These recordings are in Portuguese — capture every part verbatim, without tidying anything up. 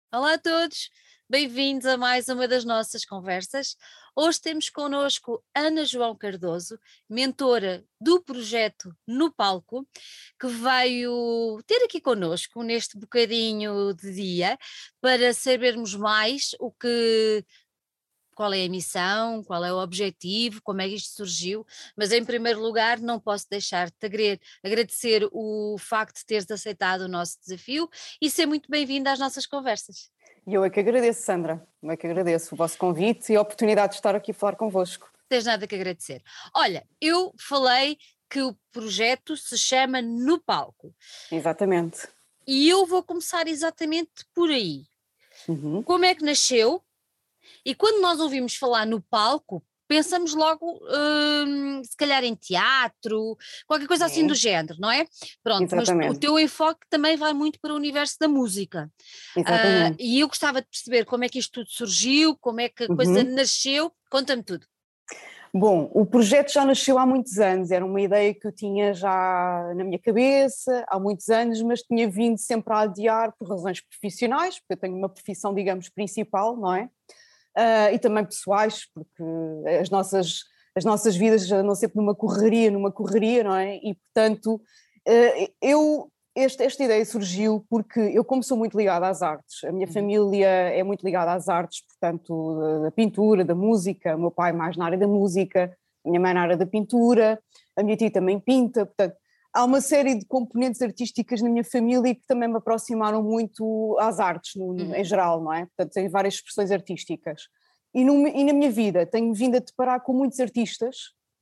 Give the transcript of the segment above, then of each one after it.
Olá a todos, bem-vindos a mais uma das nossas conversas. Hoje temos connosco Ana João Cardoso, mentora do projeto No Palco, que veio ter aqui connosco neste bocadinho de dia para sabermos mais o que, qual é a missão, qual é o objetivo, como é que isto surgiu, mas em primeiro lugar não posso deixar de te agre- agradecer o facto de teres aceitado o nosso desafio e ser muito bem-vinda às nossas conversas. E eu é que agradeço, Sandra, eu é que agradeço o vosso convite e a oportunidade de estar aqui a falar convosco. Tens nada que agradecer. Olha, eu falei que o projeto se chama No Palco Exatamente. e eu vou começar exatamente por aí. Uhum. Como é que nasceu? E quando nós ouvimos falar no palco, pensamos logo, hum, se calhar em teatro, qualquer coisa assim do É, género, não é? Pronto, mas o exatamente, teu enfoque também vai muito para o universo da música. Ah, exatamente. e eu gostava de perceber como é que isto tudo surgiu, como é que a coisa Uhum. nasceu, conta-me tudo. Bom, o projeto já nasceu há muitos anos, era uma ideia que eu tinha já na minha cabeça há muitos anos, mas tinha vindo sempre a adiar por razões profissionais, porque eu tenho uma profissão, digamos, principal, não é? Ah, e também pessoais, porque as nossas, as nossas vidas andam sempre numa correria, numa correria, não é? E, portanto, ah, eu, este, esta ideia surgiu porque eu, como sou muito ligada às artes, a minha Uhum. família é muito ligada às artes, portanto, da, da pintura, da música, o meu pai mais na área da música, a minha mãe na área da pintura, a minha tia também pinta, portanto, há uma série de componentes artísticas na minha família que também me aproximaram muito às artes, no, no, em Uhum. geral, não é? Portanto, tenho várias expressões artísticas. E, no, e na minha vida tenho vindo a deparar com muitos artistas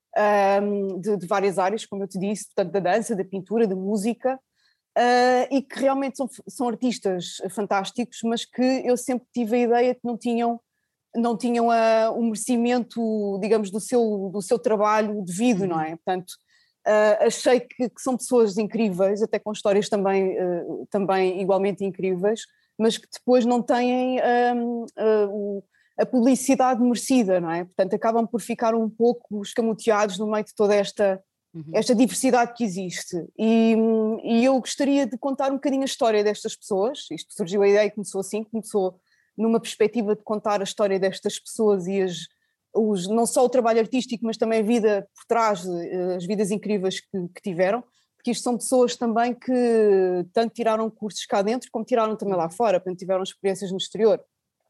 um, de, de várias áreas, como eu te disse, portanto, da dança, da pintura, da música, uh, e que realmente são, são artistas fantásticos, mas que eu sempre tive a ideia que não tinham não tinham uh, o merecimento, digamos, do seu, do seu trabalho devido, não Uhum. é? Portanto, uh, achei que, que são pessoas incríveis, até com histórias também, uh, também igualmente incríveis, mas que depois não têm um, uh, a publicidade merecida, não é? Portanto, acabam por ficar um pouco escamoteados no meio de toda esta, Uhum. esta diversidade que existe. E, e eu gostaria de contar um bocadinho a história destas pessoas. Isto surgiu a ideia e começou assim, começou numa perspectiva de contar a história destas pessoas e as, os, não só o trabalho artístico, mas também a vida por trás, as vidas incríveis que, que tiveram, porque isto são pessoas também que tanto tiraram cursos cá dentro, como tiraram também lá Uhum. fora, portanto tiveram experiências no exterior.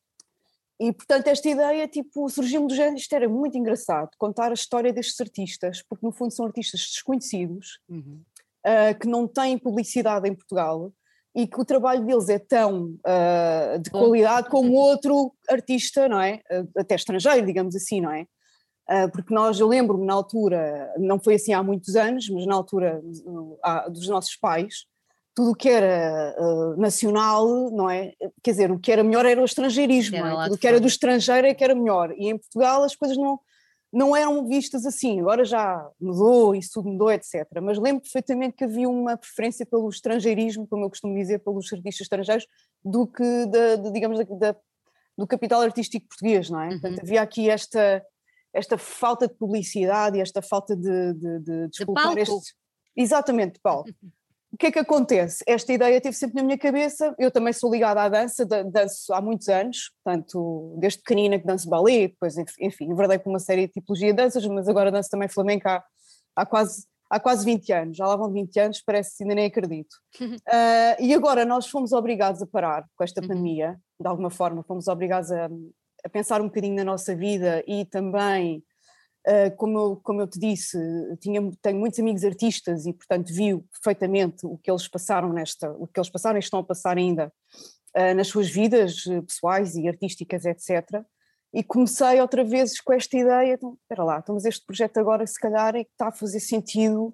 E, portanto, esta ideia tipo, surgiu-me do género, isto era muito engraçado, contar a história destes artistas, porque no fundo são artistas desconhecidos, Uhum. uh, que não têm publicidade em Portugal e que o trabalho deles é tão uh, de Bom. qualidade como outro artista, não é? Uh, até estrangeiro, digamos assim, não é? Uh, porque nós, eu lembro-me na altura, não foi assim há muitos anos, mas na altura uh, dos nossos pais, tudo o que era uh, nacional, não é? Quer dizer, o que era melhor era o estrangeirismo, não Era é? lá Tudo de o que era do fora. estrangeiro é que era melhor. E em Portugal as coisas não, não eram vistas assim, agora já mudou, isso tudo mudou, etcétera. Mas lembro perfeitamente que havia uma preferência pelo estrangeirismo, como eu costumo dizer, pelos artistas estrangeiros, do que, da, de, digamos, da, da, do capital artístico português, não é? Uhum. Portanto, havia aqui esta, esta falta de publicidade e esta falta de, de, de, de De explotar palco. este... Exatamente, Paulo. O que é que acontece? Esta ideia esteve sempre na minha cabeça, eu também sou ligada à dança, danço há muitos anos, portanto, desde pequenina que danço balé, depois, enfim, enverdei por uma série de tipologia de danças, mas agora danço também flamenco há, há, quase, há quase vinte anos, já lá vão vinte anos, parece que ainda nem acredito. Uh, e agora nós fomos obrigados a parar com esta Uhum. pandemia, de alguma forma, fomos obrigados a, a pensar um bocadinho na nossa vida e também... Uh, como, eu, como eu te disse, tinha, tenho muitos amigos artistas e, portanto, vi perfeitamente o que eles passaram nesta, o que eles passaram e estão a passar ainda uh, nas suas vidas pessoais e artísticas, etcétera. E comecei outra vez com esta ideia, então, espera lá, então, mas este projeto agora se calhar é que está a fazer sentido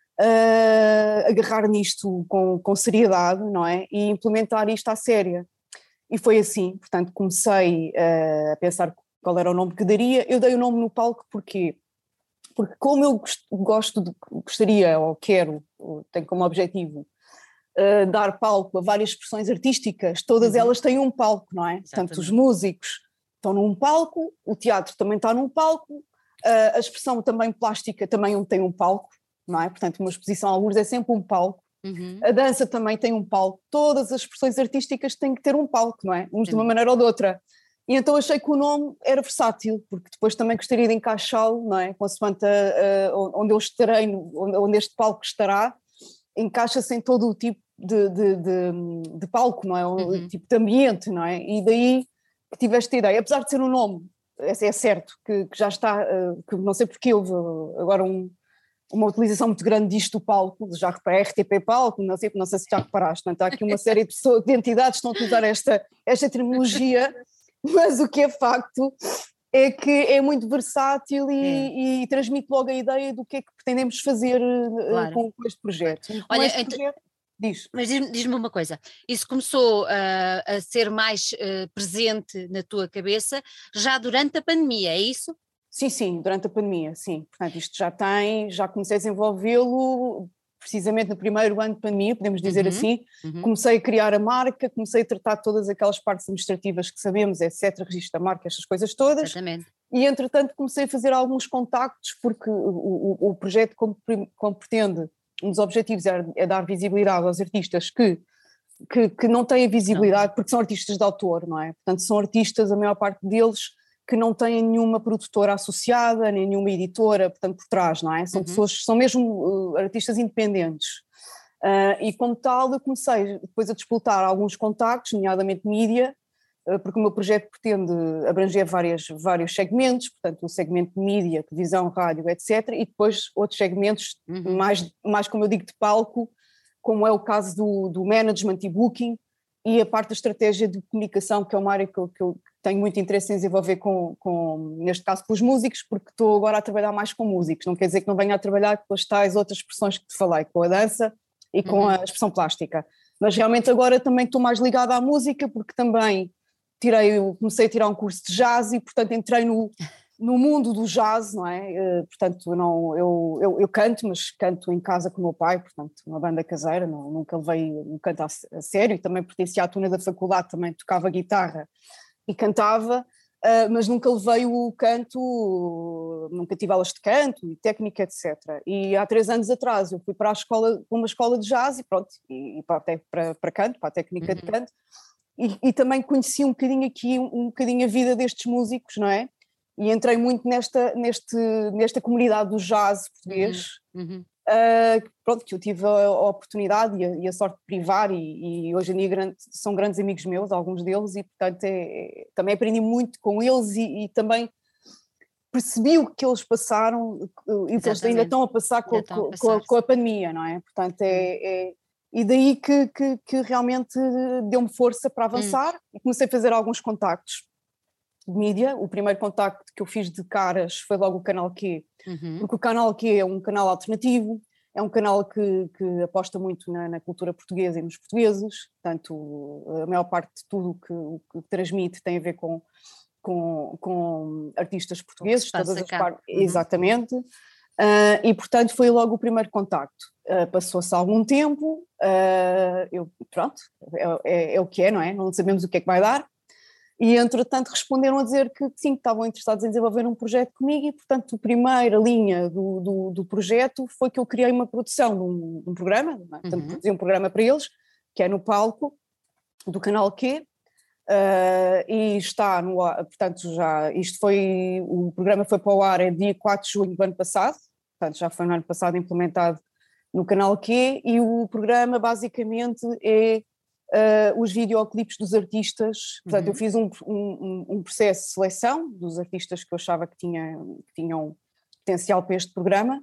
uh, agarrar nisto com, com seriedade, não é? E implementar isto à séria. E foi assim, portanto, comecei uh, a pensar qual era o nome que daria. Eu dei o nome No Palco porque porque como eu gosto de, gostaria ou quero, ou tenho como objetivo uh, dar palco a várias expressões artísticas, todas Uhum. elas têm um palco, não é? Portanto, os Exatamente. músicos estão num palco, o teatro também está num palco, uh, a expressão também plástica também tem um palco, não é? Portanto, uma exposição a alguns é sempre um palco. Uhum. A dança também tem um palco, todas as expressões artísticas têm que ter um palco, não é? Uns de uma maneira ou de outra. E então achei que o nome era versátil, porque depois também gostaria de encaixá-lo, não é? Consoante a, a, onde eu estarei, onde, onde este palco estará, encaixa-se em todo o tipo de, de, de, de palco, não é? O Uhum. tipo de ambiente, não é? E daí que tive esta ideia, apesar de ser um nome, é, é certo, que, que já está, que não sei porque houve agora um, uma utilização muito grande disto do palco, já reparei, R T P palco, não sei, não sei se já reparaste, não é? Está aqui uma série de, pessoas, de entidades que estão a utilizar esta, esta terminologia, mas o que é facto é que é muito versátil e, é. e transmite logo a ideia do que é que pretendemos fazer claro. com, com este projeto. Claro. Olha, este ent... projeto diz. Mas diz-me diz uma coisa, isso começou uh, a ser mais uh, presente na tua cabeça já durante a pandemia, é isso? Sim, sim, durante a pandemia, sim. Portanto, isto já tem, já comecei a desenvolvê-lo precisamente no primeiro ano de pandemia, podemos dizer uhum, assim. Uhum. Comecei a criar a marca, comecei a tratar todas aquelas partes administrativas que sabemos, etcétera, registro da marca, estas coisas todas. Exatamente. E, entretanto, comecei a fazer alguns contactos, porque o, o, o projeto, como, como pretende, um dos objetivos é, é dar visibilidade aos artistas que, que, que não têm visibilidade, não. porque são artistas de autor, não é? Portanto, são artistas, a maior parte deles, que não têm nenhuma produtora associada, nem nenhuma editora, portanto, por trás, não é? São uhum. pessoas, são mesmo uh, artistas independentes. Uh, e como tal, eu comecei depois a disputar alguns contactos, nomeadamente mídia, uh, porque o meu projeto pretende abranger várias, vários segmentos, portanto, o segmento de mídia, televisão, rádio, etcétera, e depois outros segmentos, uhum. mais, mais, como eu digo, de palco, como é o caso do, do management e booking, e a parte da estratégia de comunicação, que é uma área que eu, que eu tenho muito interesse em desenvolver com, com, neste caso, com os músicos, porque estou agora a trabalhar mais com músicos, não quer dizer que não venha a trabalhar com as tais outras expressões que te falei, com a dança e com uhum. a expressão plástica. Mas realmente agora também estou mais ligada à música, porque também tirei, comecei a tirar um curso de jazz e, portanto, entrei no, no mundo do jazz, não é? Portanto, não, eu, eu, eu canto, mas canto em casa com o meu pai, portanto, uma banda caseira, não, nunca levei um canto a, a sério, também pertencia à tuna da faculdade, também tocava guitarra e cantava, uh, mas nunca levei o canto, nunca tive aulas de canto e técnica, etcétera. E há três anos atrás eu fui para a escola, para uma escola de jazz e pronto, e, e para, para, para canto, para a técnica uhum. de canto, e, e também conheci um bocadinho aqui, um, um bocadinho a vida destes músicos, não é? E entrei muito nesta, neste, nesta comunidade do jazz português, uhum. Uhum. Uh, pronto, que eu tive a, a oportunidade e a, e a sorte de privar e, e hoje em dia grande, são grandes amigos meus, alguns deles, e portanto é, é, também aprendi muito com eles e, e também percebi o que eles passaram e o que eles ainda estão a passar, com, estão com, a, passar, com, a, com a pandemia, não é? Portanto é, hum. é e daí que, que, que realmente deu-me força para avançar hum. e comecei a fazer alguns contactos de mídia. O primeiro contacto que eu fiz de caras foi logo o Canal Q, uhum. porque o Canal Q é um canal alternativo, é um canal que, que aposta muito na, na cultura portuguesa e nos portugueses, portanto a maior parte de tudo que, que transmite tem a ver com, com, com artistas portugueses, todas as partes, uhum. exatamente, uh, e portanto foi logo o primeiro contacto. Uh, passou-se algum tempo, uh, eu, pronto, é, é, é o que é, não é? Não sabemos o que é que vai dar. E, entretanto, responderam a dizer que sim, que estavam interessados em desenvolver um projeto comigo e, portanto, a primeira linha do, do, do projeto foi que eu criei uma produção de um, de um programa, é? Portanto, uhum. produzi um programa para eles, que é no palco do Canal Q, uh, e está no ar, portanto, já, isto foi, o programa foi para o ar em dia quatro de junho do ano passado, portanto, já foi no ano passado implementado no Canal Q, e o programa, basicamente, é Uh, os videoclipes dos artistas, portanto uhum. eu fiz um, um, um processo de seleção dos artistas que eu achava que, tinha, que tinham potencial para este programa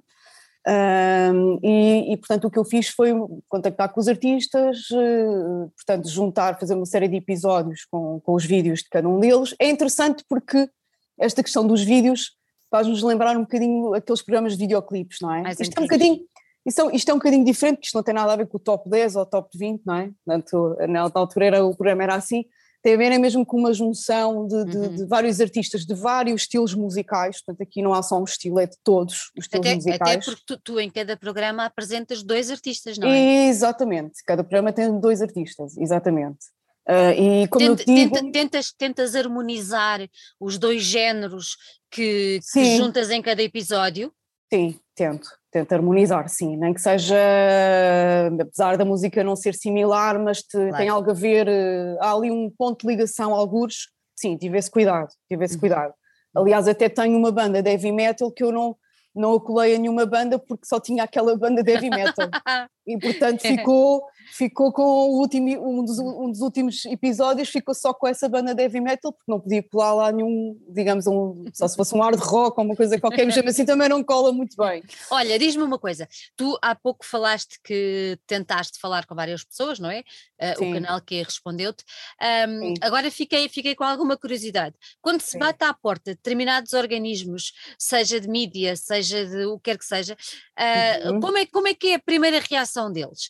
uh, e, e portanto o que eu fiz foi contactar com os artistas, uh, portanto juntar, fazer uma série de episódios com, com os vídeos de cada um deles. É interessante porque esta questão dos vídeos faz-nos lembrar um bocadinho aqueles programas de videoclipes, não é? Mais Isto é um bocadinho... Isto, isto é um bocadinho diferente, porque isto não tem nada a ver com o top dez ou o top vinte, não é? Portanto, na altura era, o programa era assim, tem a ver é mesmo com uma junção de, de, uhum. de vários artistas, de vários estilos musicais, portanto aqui não há só um estilo, é de todos os estilos até, musicais. Até porque tu, tu em cada programa apresentas dois artistas, não é? Exatamente, cada programa tem dois artistas, exatamente. Uh, e como tenta, eu digo... tenta, tentas, tentas harmonizar os dois géneros que, que juntas em cada episódio? Sim, tento, tento harmonizar, sim, nem que seja, apesar da música não ser similar, mas te, Claro. tem algo a ver, há ali um ponto de ligação, algures, sim, tive esse cuidado, tive esse Uhum. cuidado. Aliás, até tenho uma banda de heavy metal que eu não, não a colei a nenhuma banda porque só tinha aquela banda de heavy metal. E portanto ficou, ficou com o último, um, dos, um dos últimos episódios, ficou só com essa banda de heavy metal, porque não podia colar lá nenhum, digamos, um, só se fosse um hard rock ou uma coisa qualquer, mas assim também não cola muito bem. Olha, diz-me uma coisa, tu há pouco falaste que tentaste falar com várias pessoas, não é? Uh, o canal que respondeu-te. Um, agora fiquei, fiquei com alguma curiosidade. Quando se Sim. bate à porta de determinados organismos, seja de mídia, seja de o que quer que seja, uh, uhum. como, é, como é que é a primeira reação deles?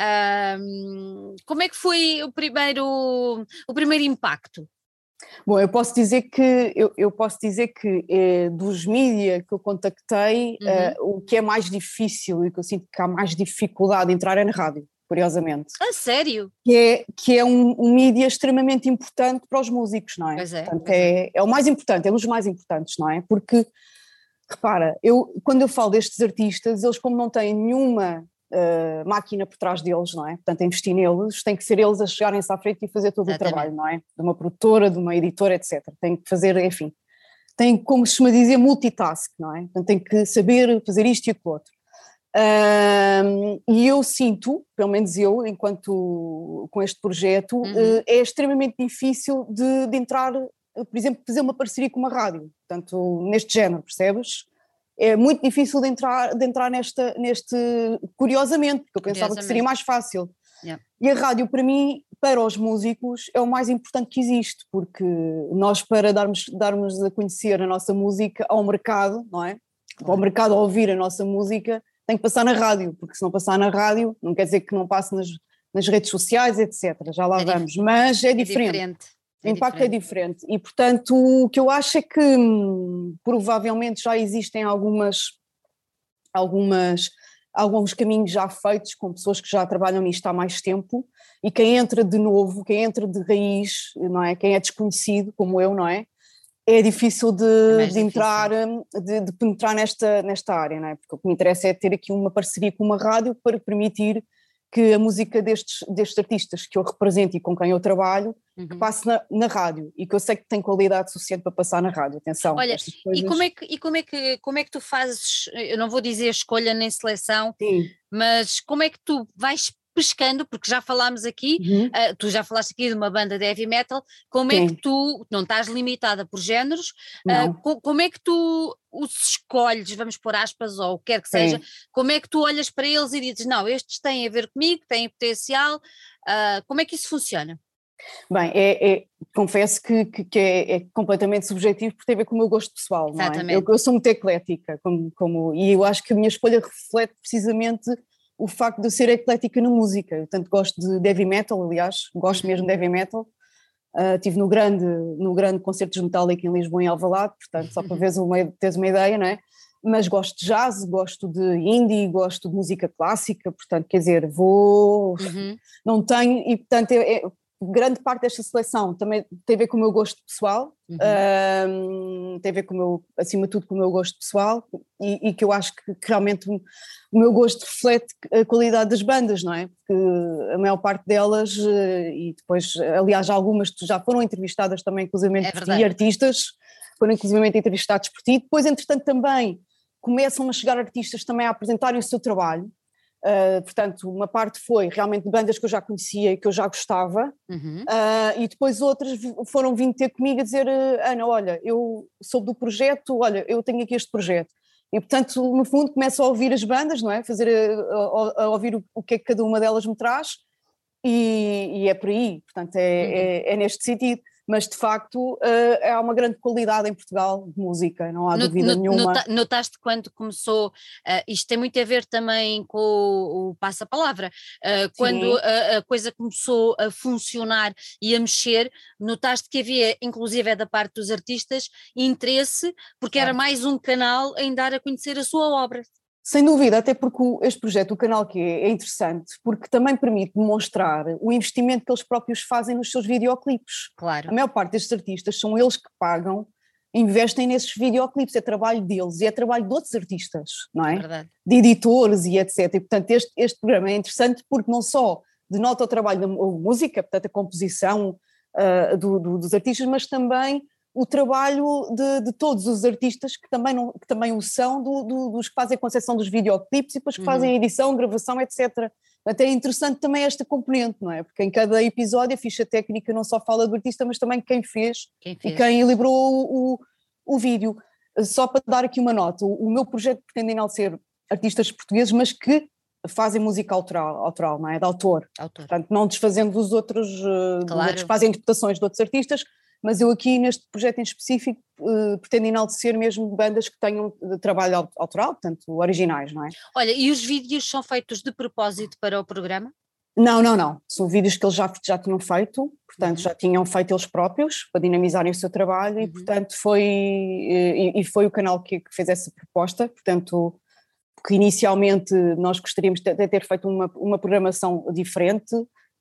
Um, como é que foi o primeiro, o primeiro impacto? Bom, eu posso dizer que, eu, eu posso dizer que eh, dos mídia que eu contactei, uhum. eh, o que é mais difícil e que eu sinto que há mais dificuldade de entrar é na rádio, curiosamente. A sério? Que é, que é um, um mídia extremamente importante para os músicos, não é? Pois é, Portanto, pois é, é. é o mais importante, é um dos mais importantes, não é? Porque, repara, eu, quando eu falo destes artistas, eles como não têm nenhuma Uh, máquina por trás deles, não é? Portanto, investir neles, tem que ser eles a chegarem-se à frente e fazer todo Exatamente. O trabalho, não é? De uma produtora, de uma editora, etcétera. Tem que fazer, enfim, tem, como se chama dizer, multitask, não é? Portanto, tem que saber fazer isto e aquilo outro. Uh, e eu sinto, pelo menos eu, enquanto com este projeto, uhum. uh, é extremamente difícil de, de entrar, por exemplo, fazer uma parceria com uma rádio, portanto, neste género, percebes? É muito difícil de entrar, de entrar nesta, neste, curiosamente, porque eu pensava que seria mais fácil. Yeah. E a rádio, para mim, para os músicos, é o mais importante que existe, porque nós, para darmos, darmos a conhecer a nossa música ao mercado, não é? Claro. Ao mercado a ouvir a nossa música, tem que passar na rádio, porque se não passar na rádio, não quer dizer que não passe nas, nas redes sociais, etcétera. Já lá é vamos, dif- mas é diferente. É diferente. O é impacto diferente. é diferente e, portanto, o que eu acho é que hum, provavelmente já existem algumas, algumas, alguns caminhos já feitos com pessoas que já trabalham nisto há mais tempo e quem entra de novo, quem entra de raiz, não é? Quem é desconhecido, como eu, não é? É difícil de, é de entrar, de, de penetrar nesta, nesta área, não é? Porque o que me interessa é ter aqui uma parceria com uma rádio para permitir que a música destes, destes artistas que eu represento e com quem eu trabalho, uhum. que passe na, na rádio e que eu sei que tem qualidade suficiente para passar na rádio, atenção. Olha, coisas... e, como é que, e como, é que, como é que tu fazes, eu não vou dizer escolha nem seleção, Sim. mas como é que tu vais pescando, porque já falámos aqui, uhum. uh, tu já falaste aqui de uma banda de heavy metal, como Sim. é que tu, não estás limitada por géneros, uh, co, como é que tu os escolhes, vamos pôr aspas ou o que quer que seja, Sim. como é que tu olhas para eles e dizes, não, estes têm a ver comigo, têm potencial, uh, como é que isso funciona? Bem, é, é, confesso que, que, que é, é completamente subjetivo porque tem a ver com o meu gosto pessoal, Exatamente. não é? Eu, eu sou muito eclética, como, como, e eu acho que a minha escolha reflete precisamente o facto de eu ser eclética na música. Eu tanto gosto de heavy metal, aliás, gosto mesmo de heavy metal. Uh, estive no grande, no grande concerto de Metallica em Lisboa, em Alvalade, portanto, só para veres uma, teres uma ideia, não é? Mas gosto de jazz, gosto de indie, gosto de música clássica, portanto, quer dizer, vou... Uhum. Não tenho, e portanto, é, é, grande parte desta seleção também tem a ver com o meu gosto pessoal, uhum. uh, tem a ver com o meu, acima de tudo, com o meu gosto pessoal, e, e que eu acho que, que realmente o, o meu gosto reflete a qualidade das bandas, não é? Porque a maior parte delas, e depois, aliás, algumas já foram entrevistadas também, inclusive é por ti, artistas, foram inclusive entrevistados por ti, depois, entretanto, também começam a chegar artistas também a apresentarem o seu trabalho. Uh, portanto, uma parte foi realmente de bandas que eu já conhecia e que eu já gostava, uhum. uh, e depois outras foram vindo ter comigo a dizer, Ana, olha, eu soube do projeto, olha, eu tenho aqui este projeto. E portanto, no fundo, começo a ouvir as bandas, não é? Fazer, a, a, a ouvir o, o que é que cada uma delas me traz, e, e é por aí, portanto, é, uhum. é, é neste sentido. Mas de facto uh, há uma grande qualidade em Portugal de música, não há no, dúvida no, nenhuma. Nota, notaste quando começou, uh, isto tem muito a ver também com o, o passa-palavra, uh, quando a, a coisa começou a funcionar e a mexer, notaste que havia, inclusive é da parte dos artistas, interesse, porque certo. Era mais um canal em dar a conhecer a sua obra. Sem dúvida, até porque este projeto, o Canal Q, é interessante porque também permite demonstrar o investimento que eles próprios fazem nos seus videoclipes. Claro. A maior parte destes artistas são eles que pagam investem nesses videoclipes, é trabalho deles e é trabalho de outros artistas, não é? É verdade. De editores e etcétera. E, portanto, este, este programa é interessante porque não só denota o trabalho da música, portanto, a composição uh, do, do, dos artistas, mas também o trabalho de, de todos os artistas que também, não, que também o são, do, do, dos que fazem a concepção dos videoclipes e depois que fazem a edição, gravação, etcétera. Até é interessante também esta componente, não é? Porque em cada episódio a ficha técnica não só fala do artista, mas também quem fez, Quem fez. e quem elaborou o, o, o vídeo. Só para dar aqui uma nota, o, o meu projeto pretende enaltecer artistas portugueses, mas que fazem música autoral, autoral, não é? De autor. Autor. Portanto, não desfazendo dos outros, Claro. dos outros que fazem interpretações de outros artistas, mas eu aqui neste projeto em específico uh, pretendo enaltecer mesmo bandas que tenham trabalho autoral, portanto originais, não é? Olha, e os vídeos são feitos de propósito para o programa? Não, não, não, são vídeos que eles já, já tinham feito, portanto Uhum. já tinham feito eles próprios para dinamizarem o seu trabalho Uhum. e portanto foi, e, e foi o canal que, que fez essa proposta, portanto que inicialmente nós gostaríamos de ter feito uma, uma programação diferente,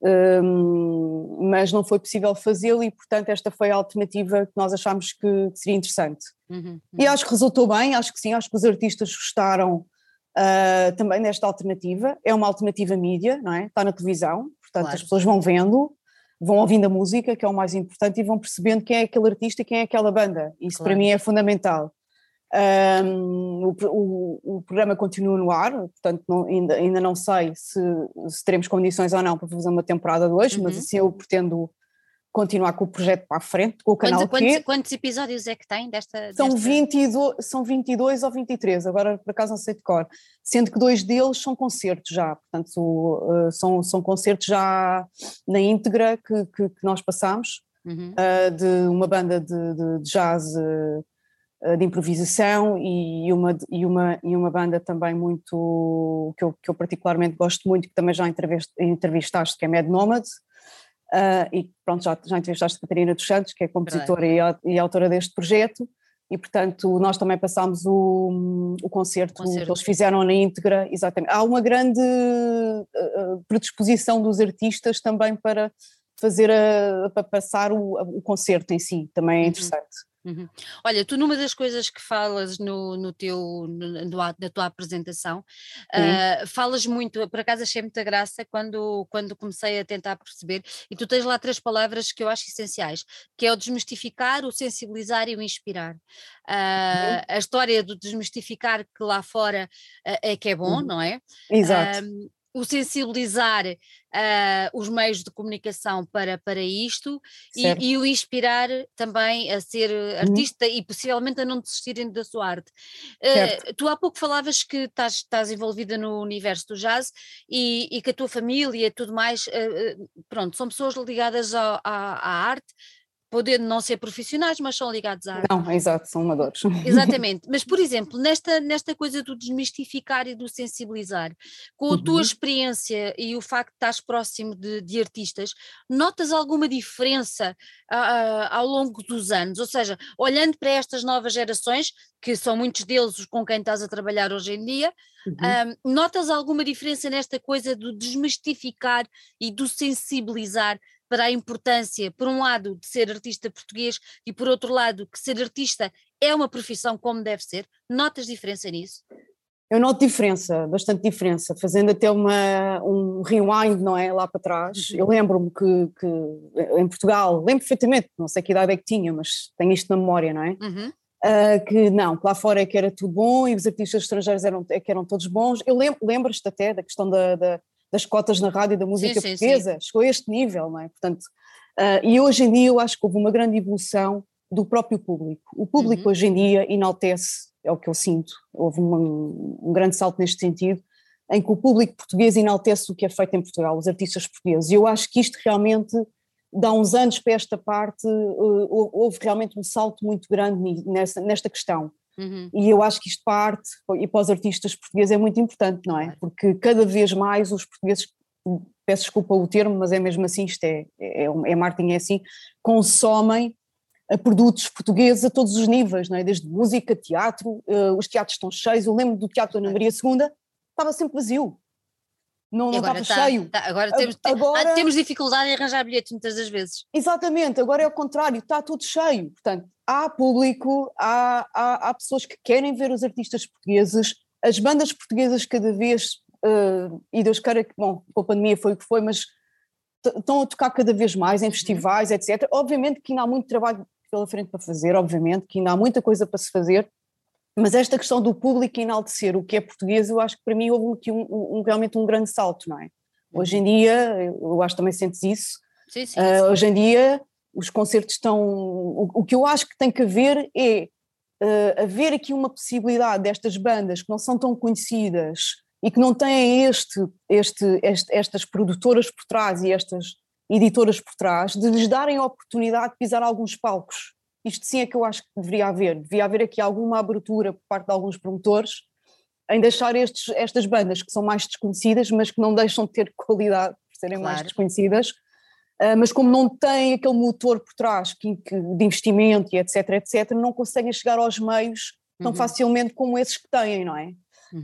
Um, mas não foi possível fazê-lo e portanto esta foi a alternativa que nós achámos que seria interessante. Uhum, uhum. E acho que resultou bem, acho que sim, acho que os artistas gostaram uh, também desta alternativa, é uma alternativa mídia, não é? Está na televisão, portanto Claro. as pessoas vão vendo, vão ouvindo a música, que é o mais importante, e vão percebendo quem é aquele artista e quem é aquela banda, isso Claro. para mim é fundamental. Um, o, o, o programa continua no ar, portanto não, ainda, ainda não sei se, se teremos condições ou não para fazer uma temporada de hoje, Uhum. mas assim eu pretendo continuar com o projeto para a frente, com o canal Quantos, quantos, Q. quantos episódios é que tem desta? São, desta... vinte e dois, são vinte e dois ou vinte e três, agora por acaso não sei de cor, sendo que dois deles são concertos já, portanto uh, são, são concertos já na íntegra que, que, que nós passamos, Uhum. uh, de uma banda de, de, de jazz uh, de improvisação e uma, e, uma, e uma banda também muito, que eu, que eu particularmente gosto muito, que também já entrevistaste, que é Mad Nomad, uh, e pronto, já, já entrevistaste a Catarina dos Santos, que é compositora e, e autora deste projeto, e portanto nós também passámos o, o concerto, concerto que eles fizeram na íntegra, exatamente. Há uma grande uh, predisposição dos artistas também para fazer, a, para passar o, o concerto em si, também é interessante. Uhum. Uhum. Olha, tu numa das coisas que falas no, no teu, no, no, na tua apresentação, uh, falas muito, por acaso achei muita graça quando, quando comecei a tentar perceber, e tu tens lá três palavras que eu acho essenciais, que é o desmistificar, o sensibilizar e o inspirar. Uh, a história do desmistificar que lá fora uh, é que é bom, uhum. não é? Exato. Uh, o sensibilizar uh, os meios de comunicação para, para isto e, e o inspirar também a ser artista uhum. e possivelmente a não desistirem da sua arte. Uh, tu há pouco falavas que estás, estás envolvida no universo do jazz e, e que a tua família e tudo mais, uh, pronto, são pessoas ligadas ao, à, à arte, podendo não ser profissionais, mas são ligados à arte. Não, exato, são amadores. Exatamente, mas por exemplo, nesta, nesta coisa do desmistificar e do sensibilizar, com a uhum. tua experiência e o facto de estás próximo de, de artistas, notas alguma diferença uh, ao longo dos anos? Ou seja, olhando para estas novas gerações, que são muitos deles com quem estás a trabalhar hoje em dia, uhum. um, notas alguma diferença nesta coisa do desmistificar e do sensibilizar para a importância, por um lado, de ser artista português e por outro lado, que ser artista é uma profissão como deve ser? Notas diferença nisso? Eu noto diferença, bastante diferença, fazendo até uma, um rewind, não é, lá para trás. Uhum. Eu lembro-me que, que em Portugal, lembro perfeitamente, não sei que idade é que tinha, mas tenho isto na memória, não é? Uhum. Uh, que não, que lá fora é que era tudo bom e os artistas estrangeiros eram, é que eram todos bons. Eu lembro, lembras-te até da questão da, da das cotas na rádio da música sim, portuguesa, sim, sim. Chegou a este nível, não é? Portanto, uh, e hoje em dia eu acho que houve uma grande evolução do próprio público. O público uhum. hoje em dia enaltece, é o que eu sinto, houve uma, um grande salto neste sentido, em que o público português enaltece o que é feito em Portugal, os artistas portugueses, e eu acho que isto realmente, dá uns anos para esta parte, uh, houve realmente um salto muito grande nessa, nesta questão. Uhum. E eu acho que isto para a arte e para os artistas portugueses é muito importante, não é? Claro. Porque cada vez mais os portugueses, peço desculpa o termo, mas é mesmo assim, isto é, é, é marketing, é assim, consomem produtos portugueses a todos os níveis, não é? Desde música, teatro, uh, os teatros estão cheios, eu lembro do Teatro Ana Maria segunda, estava sempre vazio. Não, não estava tá, cheio. Tá, agora, temos, agora temos dificuldade em arranjar bilhetes muitas das vezes. Exatamente, agora é o contrário, está tudo cheio, portanto, há público, há, há, há pessoas que querem ver os artistas portugueses, as bandas portuguesas cada vez, uh, e Deus queira que, bom, com a pandemia foi o que foi, mas estão a tocar cada vez mais em festivais, etcétera. Obviamente que ainda há muito trabalho pela frente para fazer, obviamente que ainda há muita coisa para se fazer, mas esta questão do público enaltecer o que é português, eu acho que para mim houve aqui um, um, realmente um grande salto, não é? Uhum. Hoje em dia, eu acho que também sentes isso, sim, sim, uh, sim. Hoje em dia os concertos estão, o, o que eu acho que tem que haver é uh, haver aqui uma possibilidade destas bandas que não são tão conhecidas e que não têm este, este, este, estas produtoras por trás e estas editoras por trás, de lhes darem a oportunidade de pisar alguns palcos. Isto sim é que eu acho que deveria haver. Devia haver aqui alguma abertura por parte de alguns promotores em deixar estes, estas bandas que são mais desconhecidas, mas que não deixam de ter qualidade por serem Claro. mais desconhecidas, uh, mas como não têm aquele motor por trás que, que, de investimento e etc, etc, não conseguem chegar aos meios tão uhum. facilmente como esses que têm, não é? Uhum.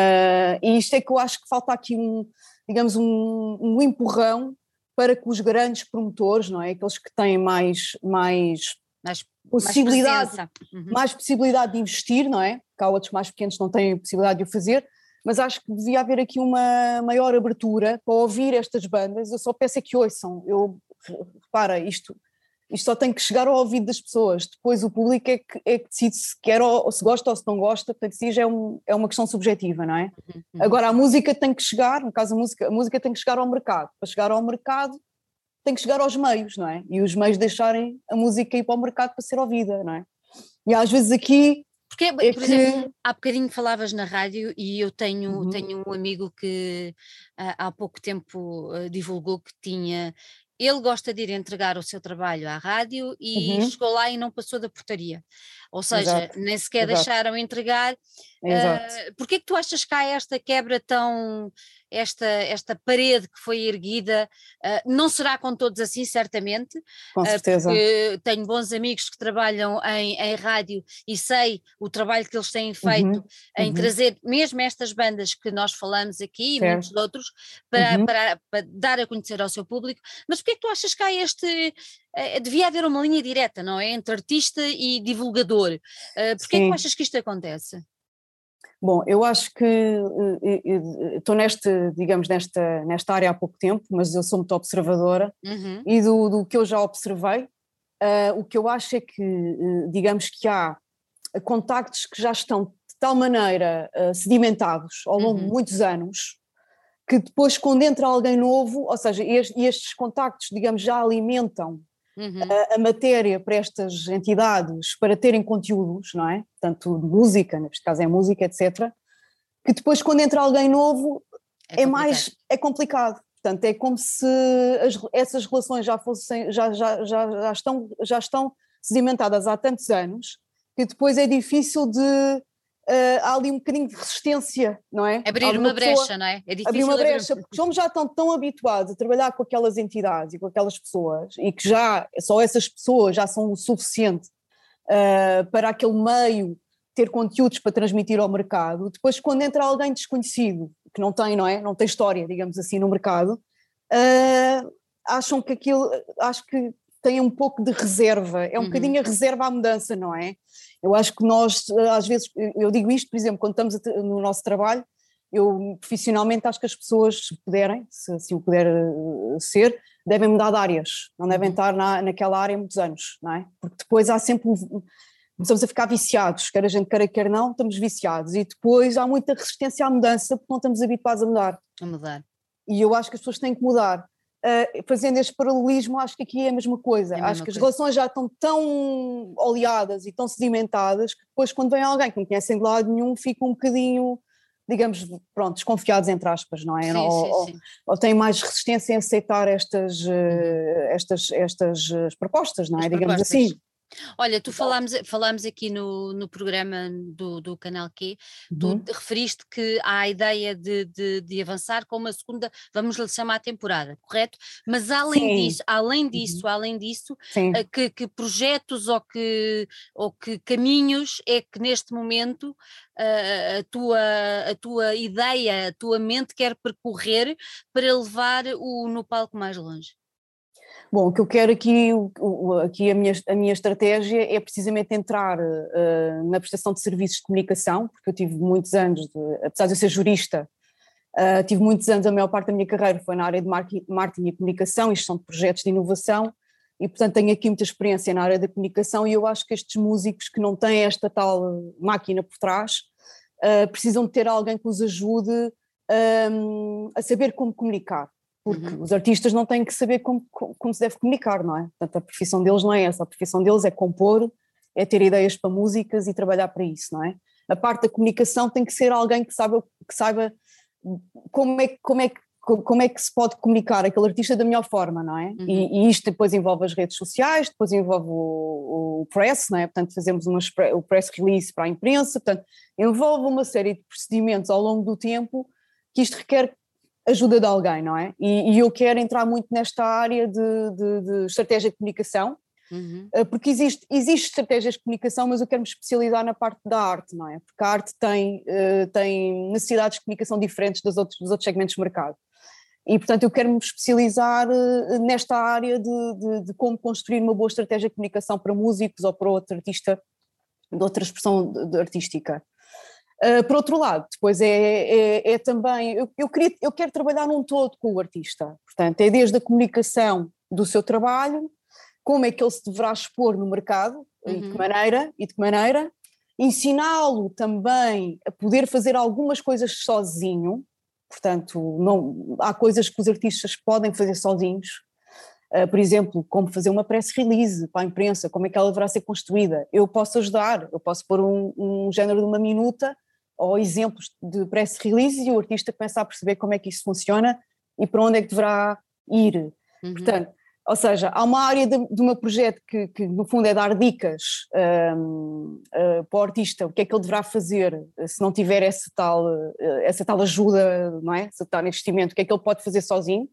Uh, e isto é que eu acho que falta aqui um, digamos, um, um empurrão para que os grandes promotores, não é? Aqueles que têm mais, mais, mais possibilidade, mais, uhum. mais possibilidade de investir, não é? Porque há outros mais pequenos que não têm possibilidade de o fazer, mas acho que devia haver aqui uma maior abertura para ouvir estas bandas. Eu só peço é que ouçam. Eu, repara, isto, isto só tem que chegar ao ouvido das pessoas, depois o público é que, é que decide se quer ou, ou se gosta ou se não gosta, portanto isso é, um, é uma questão subjetiva, não é? Uhum. Agora a música tem que chegar, no caso a música, a música tem que chegar ao mercado, para chegar ao mercado tem que chegar aos meios, não é? E os meios deixarem a música ir para o mercado para ser ouvida, não é? E às vezes aqui porque, é por que... exemplo, há bocadinho falavas na rádio e eu tenho, Uhum. tenho um amigo que uh, há pouco tempo uh, divulgou que tinha, ele gosta de ir entregar o seu trabalho à rádio e Uhum. chegou lá e não passou da portaria, ou seja, Exato. nem sequer Exato. deixaram entregar. Exato. Uh, Porquê é que tu achas que há esta quebra tão, esta, esta parede que foi erguida? Uh, não será com todos assim, certamente, Com certeza. Uh, porque tenho bons amigos que trabalham em, em rádio e sei o trabalho que eles têm feito uhum. em uhum. trazer mesmo estas bandas que nós falamos aqui, certo. E muitos outros, para, uhum. para, para dar a conhecer ao seu público. Mas porquê é que tu achas que há este... Uh, devia haver uma linha direta, não é? Entre artista e divulgador. Uh, porquê é que tu achas que isto acontece? Bom, eu acho que estou neste, digamos, nesta, nesta área há pouco tempo, mas eu sou muito observadora uhum. e do, do que eu já observei, uh, o que eu acho é que, uh, digamos que há contactos que já estão de tal maneira uh, sedimentados ao longo uhum. de muitos anos, que depois quando entra alguém novo, ou seja, estes, estes contactos, digamos, já alimentam Uhum. A, a matéria para estas entidades para terem conteúdos, não é? Portanto, música, neste caso é música, etcétera, que depois quando entra alguém novo é, é mais, é complicado. Portanto, é como se as, essas relações já fossem, já, já, já, já, estão, já estão sedimentadas há tantos anos, que depois é difícil de... Uh, há ali um bocadinho de resistência, não é? Abrir uma, uma brecha, não é? É difícil abrir uma abrir... brecha, porque somos já tão, tão habituados a trabalhar com aquelas entidades e com aquelas pessoas, e que já, só essas pessoas já são o suficiente uh, para aquele meio ter conteúdos para transmitir ao mercado. Depois, quando entra alguém desconhecido, que não tem, não é? Não tem história, digamos assim, no mercado, uh, acham que aquilo, acho que tem um pouco de reserva, é um uhum. bocadinho a reserva à mudança, não é? Eu acho que nós, às vezes, eu digo isto, por exemplo, quando estamos no nosso trabalho, eu profissionalmente acho que as pessoas, se puderem, se assim o puder ser, devem mudar de áreas, não devem estar na, naquela área muitos anos, não é? Porque depois há sempre, começamos a ficar viciados, quer a gente queira, quer não, estamos viciados, e depois há muita resistência à mudança porque não estamos habituados a mudar. A mudar. E eu acho que as pessoas têm que mudar. Uh, fazendo este paralelismo, acho que aqui é a mesma coisa. É a mesma acho que coisa. As relações já estão tão oleadas e tão sedimentadas que depois, quando vem alguém que não conhecem de lado nenhum, ficam um bocadinho, digamos, pronto, desconfiados, entre aspas, não é? Sim, ou, sim, ou, sim. ou têm mais resistência em aceitar estas, uh, estas, estas uh, propostas, não é? As digamos propostas. assim. Olha, tu falámos, falámos aqui no, no programa do, do Canal Q, uhum. tu referiste que há a ideia de, de, de avançar com uma segunda, vamos lhe chamar temporada, correto? Mas além Sim. disso, além disso, uhum. além disso, Sim. que, que projetos ou que, ou que caminhos é que neste momento a, a, tua, a tua ideia, a tua mente quer percorrer para levar o No Palco mais longe? Bom, o que eu quero aqui, o, o, aqui a, minha, a minha estratégia é precisamente entrar uh, na prestação de serviços de comunicação, porque eu tive muitos anos, de, apesar de eu ser jurista, uh, tive muitos anos, a maior parte da minha carreira foi na área de marketing e comunicação, isto são de projetos de inovação, e portanto tenho aqui muita experiência na área da comunicação e eu acho que estes músicos que não têm esta tal máquina por trás uh, precisam de ter alguém que os ajude um, a saber como comunicar. Porque uhum. os artistas não têm que saber como, como se deve comunicar, não é? Portanto, a profissão deles não é essa, a profissão deles é compor, é ter ideias para músicas e trabalhar para isso, não é? A parte da comunicação tem que ser alguém que saiba, que saiba como, é, como, é, como é que se pode comunicar aquele artista da melhor forma, não é? Uhum. E, e isto depois envolve as redes sociais, depois envolve o, o press, não é? Portanto, fazemos uma, o press release para a imprensa, portanto, envolve uma série de procedimentos ao longo do tempo que isto requer ajuda de alguém, não é? E, e eu quero entrar muito nesta área de, de, de estratégia de comunicação, uhum. porque existe, existe estratégias de comunicação, mas eu quero me especializar na parte da arte, não é? Porque a arte tem, uh, tem necessidades de comunicação diferentes dos outros, dos outros segmentos de mercado. E, portanto, eu quero me especializar uh, nesta área de, de, de como construir uma boa estratégia de comunicação para músicos ou para outro artista de outra expressão de, de artística. Uh, por outro lado, depois é, é, é também, eu, eu, queria, eu quero trabalhar num todo com o artista, portanto é desde a comunicação do seu trabalho, como é que ele se deverá expor no mercado, uhum. e de que maneira, e de que maneira, ensiná-lo também a poder fazer algumas coisas sozinho, portanto não, há coisas que os artistas podem fazer sozinhos, uh, por exemplo, como fazer uma press release para a imprensa, como é que ela deverá ser construída, eu posso ajudar, eu posso pôr um, um género de uma minuta, ou exemplos de press release e o artista começa a perceber como é que isso funciona e para onde é que deverá ir. Uhum. Portanto, ou seja, há uma área de, de um projeto que, que no fundo é dar dicas um, uh, para o artista, o que é que ele deverá fazer se não tiver essa tal, uh, essa tal ajuda, não é? Esse tal investimento, o que é que ele pode fazer sozinho,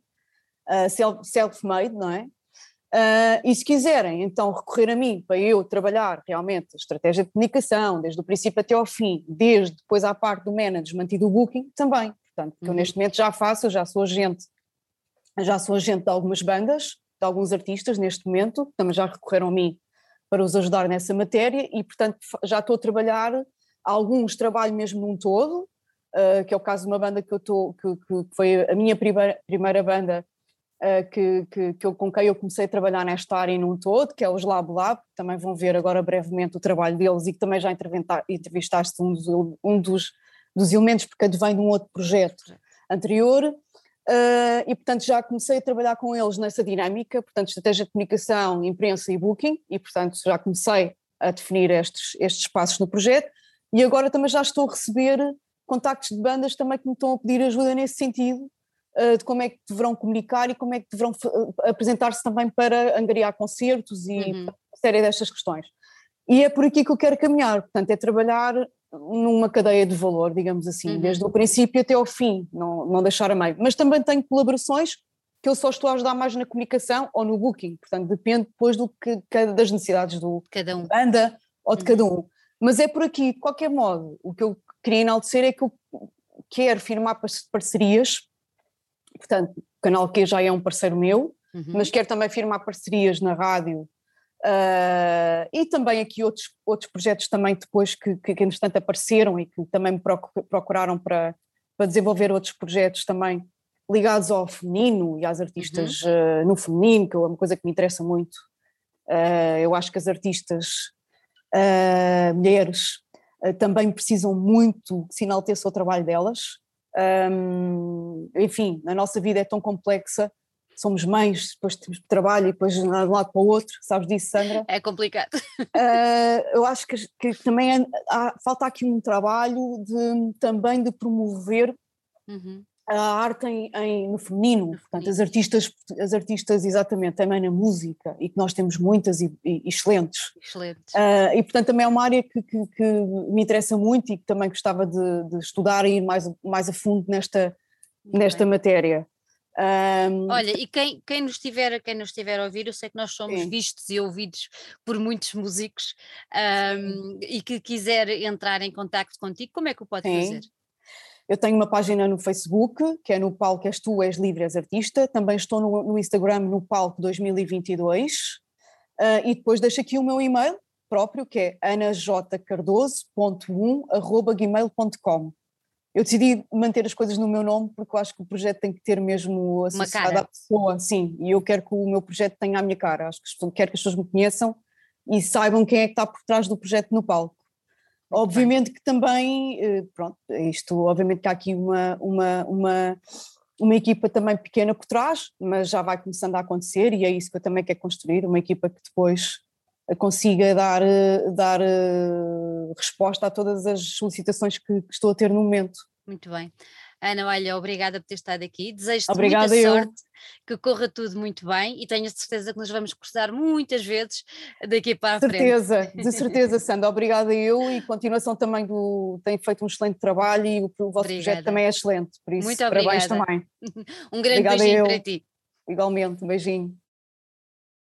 uh, self-made, não é? Uh, e se quiserem então recorrer a mim para eu trabalhar realmente a estratégia de comunicação, desde o princípio até ao fim, desde depois à parte do management e do booking, também, portanto, que uhum. eu neste momento já faço, eu já sou agente, já sou agente de algumas bandas, de alguns artistas neste momento, também já recorreram a mim para os ajudar nessa matéria e portanto já estou a trabalhar, alguns trabalho mesmo num todo, uh, que é o caso de uma banda que eu estou, que, que foi a minha primeira, primeira banda, Uh, que, que, que eu, com quem eu comecei a trabalhar nesta área num todo, que é os Lab Lab, que também vão ver agora brevemente o trabalho deles e que também já entrevistaste um dos, um dos, dos elementos, porque advém de um outro projeto anterior, uh, e portanto já comecei a trabalhar com eles nessa dinâmica, portanto estratégia de comunicação, imprensa e booking, e portanto já comecei a definir estes, estes espaços no projeto, e agora também já estou a receber contactos de bandas também que me estão a pedir ajuda nesse sentido, de como é que deverão comunicar e como é que deverão apresentar-se também para angariar concertos e uhum. uma série destas questões. E é por aqui que eu quero caminhar, portanto é trabalhar numa cadeia de valor, digamos assim, uhum. desde o princípio até ao fim, não, não deixar a meio. Mas também tenho colaborações que eu só estou a ajudar mais na comunicação ou no booking, portanto depende depois do que, das necessidades do cada um. banda ou de uhum. cada um. Mas é por aqui, de qualquer modo, o que eu queria enaltecer é que eu quero firmar parcerias. Portanto, o Canal Q já é um parceiro meu, uhum. mas quero também firmar parcerias na rádio uh, e também aqui outros, outros projetos também depois que, que, que entretanto apareceram e que também me procuraram para, para desenvolver outros projetos também ligados ao feminino e às artistas uhum. uh, no feminino, que é uma coisa que me interessa muito. Uh, eu acho que as artistas uh, mulheres uh, também precisam muito que se enalteça o trabalho delas. Um, enfim, a nossa vida é tão complexa, somos mães, depois temos trabalho e depois de um lado para o outro, sabes disso, Sandra? É complicado. Uh, eu acho que, que também há, falta aqui um trabalho de, também de promover uhum. a arte em, em, no feminino, no portanto feminino. As artistas, as artistas exatamente também na música, e que nós temos muitas e, e excelentes. Excelentes. Uh, e portanto também é uma área que, que, que me interessa muito e que também gostava de, de estudar e ir mais, mais a fundo nesta, nesta matéria. Um, Olha, e quem, quem, nos tiver, quem nos estiver a ouvir, eu sei que nós somos sim. vistos e ouvidos por muitos músicos um, e que quiser entrar em contacto contigo, como é que o pode sim. fazer? Eu tenho uma página no Facebook, que é no Palco És Tu, És Livre, És Artista. Também estou no, no Instagram, no Palco dois mil e vinte e dois. Uh, e depois deixo aqui o meu e-mail próprio, que é ana j cardoso ponto um arroba gmail ponto com. Eu decidi manter as coisas no meu nome porque eu acho que o projeto tem que ter mesmo associado à pessoa, sim, e eu quero que o meu projeto tenha a minha cara, acho que quero que as pessoas me conheçam e saibam quem é que está por trás do projeto no palco. Muito obviamente bem. Que também, pronto, isto, obviamente que há aqui uma, uma, uma, uma equipa também pequena por trás, mas já vai começando a acontecer e é isso que eu também quero construir, uma equipa que depois consiga dar, dar resposta a todas as solicitações que, que estou a ter no momento. Muito bem. Ana, olha, obrigada por ter estado aqui, desejo-te muita sorte, que corra tudo muito bem e tenho a certeza que nos vamos cruzar muitas vezes daqui para a certeza, frente. De certeza, Sandra, obrigada eu e continuação também do, tem feito um excelente trabalho e o, o vosso obrigada. Projeto também é excelente, por isso muito parabéns obrigada. também. Um grande obrigada beijinho eu. Para ti. Igualmente, um beijinho.